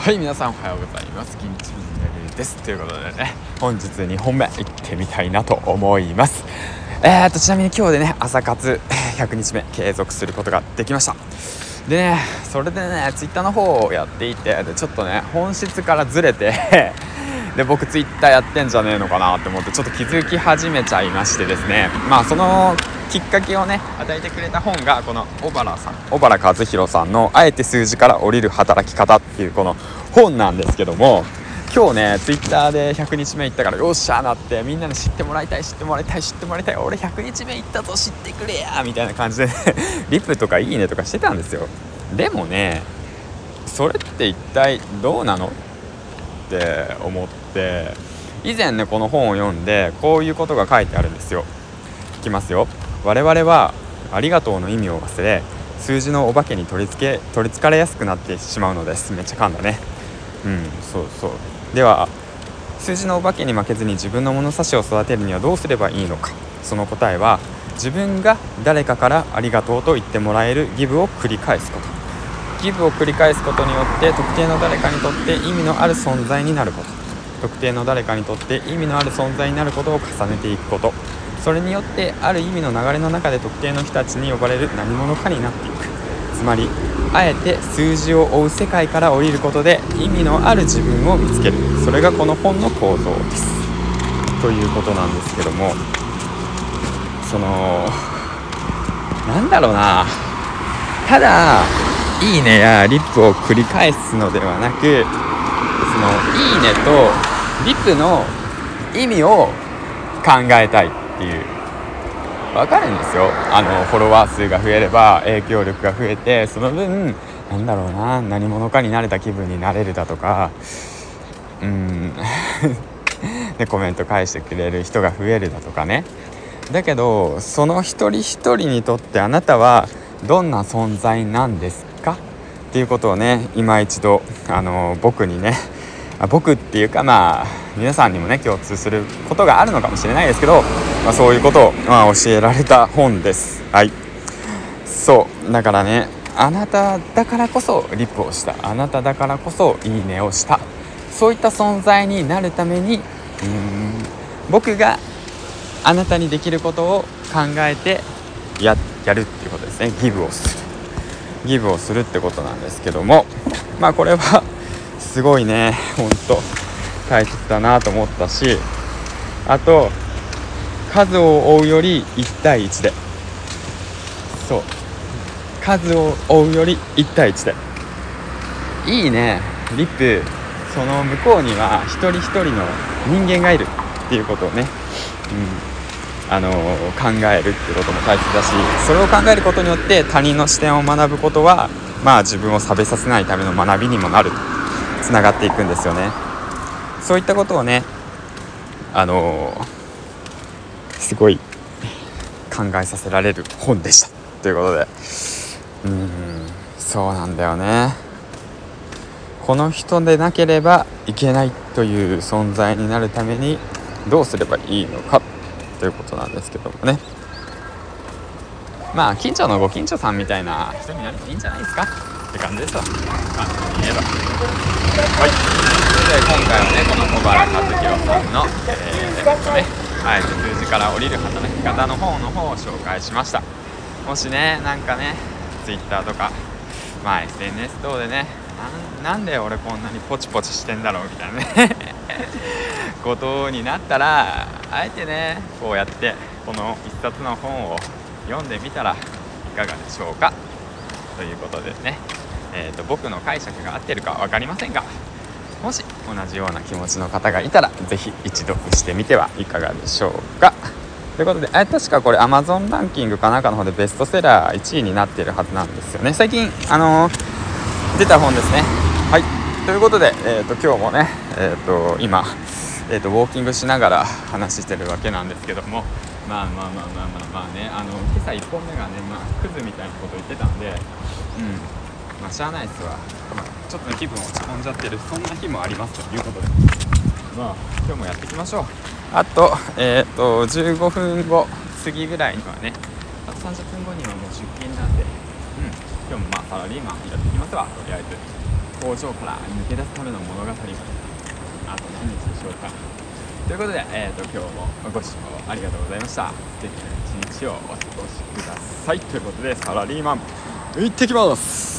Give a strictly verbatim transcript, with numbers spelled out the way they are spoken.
はい、皆さんおはようございます。銀チャンネルです。ということでね、本日にほんめ行ってみたいなと思います。えーとちなみに今日でね、朝活ひゃくにちめ継続することができました。でね、それでね、ツイッターの方をやっていて、でちょっとね、本質からずれてで僕ツイッターやってんじゃねえのかなって思ってちょっと気づき始めちゃいましてですね、まあそのきっかけをね与えてくれた本がこの小原さん小原和弘さんのあえて数字から降りる働き方っていうこの本なんですけども、今日ねツイッターでひゃくにちめ行ったからよっしゃーなって、みんなに知ってもらいたい知ってもらいたい知ってもらいたい俺ひゃくにちめ行ったぞ知ってくれやみたいな感じで、ね、リップとかいいねとかしてたんですよ。でもね、それって一体どうなのって思って、以前ねこの本を読んでこういうことが書いてあるんですよ。いきますよ。我々はありがとうの意味を忘れ、数字のお化けに取り付け取りつかれやすくなってしまうのです。めっちゃ噛んだね。うんそうそうでは数字のお化けに負けずに自分の物差しを育てるにはどうすればいいのか。その答えは自分が誰かからありがとうと言ってもらえるギブを繰り返すこと。ギブを繰り返すことによって特定の誰かにとって意味のある存在になること。特定の誰かにとって意味のある存在になることを重ねていくこと。それによってある意味の流れの中で特定の人たちに呼ばれる何者かになっていく。つまりあえて数字を追う世界から降りることで意味のある自分を見つける。それがこの本の構造ですということなんですけども、そのなんだろうな、ただいいねやリップを繰り返すのではなく、そのいいねとリップの意味を考えたいっていう、わかるんですよ。あのフォロワー数が増えれば影響力が増えて、その分なんだろうな、何者かになれた気分になれるだとか、うーんでコメント返してくれる人が増えるだとかね。だけどその一人一人にとってあなたはどんな存在なんですかっていうことをね、今一度あの僕にね、僕っていうかまあ皆さんにもね共通することがあるのかもしれないですけど、まあ、そういうことを、まあ、教えられた本です。はい、そうだからね、あなただからこそリップをした、あなただからこそいいねをした、そういった存在になるためにうーん僕があなたにできることを考えて や, やるっていうことですね。ギブをするギブをするってことなんですけども、まあこれはすごいね、ほんと大切だなと思ったし、あと数を追うよりいち対いちで、そう数を追うよりいち対いちでいいねリップ、その向こうには一人一人の人間がいるっていうことをね、うん、あの考えるっていうことも大切だし、それを考えることによって他人の視点を学ぶことは、まあ自分を差別させないための学びにもなるとつながっていくんですよね。そういったことをね、あのすごい考えさせられる本でしたということで、うーんそうなんだよね。この人でなければいけないという存在になるためにどうすればいいのかということなんですけどもね、まあ近所のご近所さんみたいな人になるといいんじゃないですかって感じですわ。簡単に言えば。はい、それで今回はねこの小原和弘さんの、えー、っとねあえて数字から降りる働き方の方の方を紹介しました。もしねなんかね Twitter とかまあ エスエヌエス 等でね、な, なんで俺こんなにポチポチしてんだろうみたいなねことになったら、あえてねこうやってこの一冊の本を読んでみたらいかがでしょうかということでね、えーと僕の解釈が合ってるか分かりませんが、もし同じような気持ちの方がいたらぜひ一読してみてはいかがでしょうかということで、え確かこれ Amazon ランキングかなんかの方でベストセラーいちいになっているはずなんですよね。最近あのー、出た本ですね。はい、ということで、えーと今日もね、えーと今、えーとウォーキングしながら話してるわけなんですけども、まあまあまあまあまあまあね、あの今朝いっぽんめがね、まあ、クズみたいなこと言ってたんで、うんまあしゃあないっすわ、まあ、ちょっと、ね、気分落ち込んじゃってるそんな日もありますということで、まあ今日もやっていきましょう。あとえっ、ー、とじゅうごふんご過ぎぐらいにはね、あとさんじゅっぷんごにはもう出勤なんで、うん今日もまあサラリーマンやっていきますわとりあえず。 工場から抜け出すための物語があと何日でしょうか。ということで、えー、と今日もご視聴ありがとうございました。素敵な一日をお過ごしください。ということでサラリーマン行ってきます。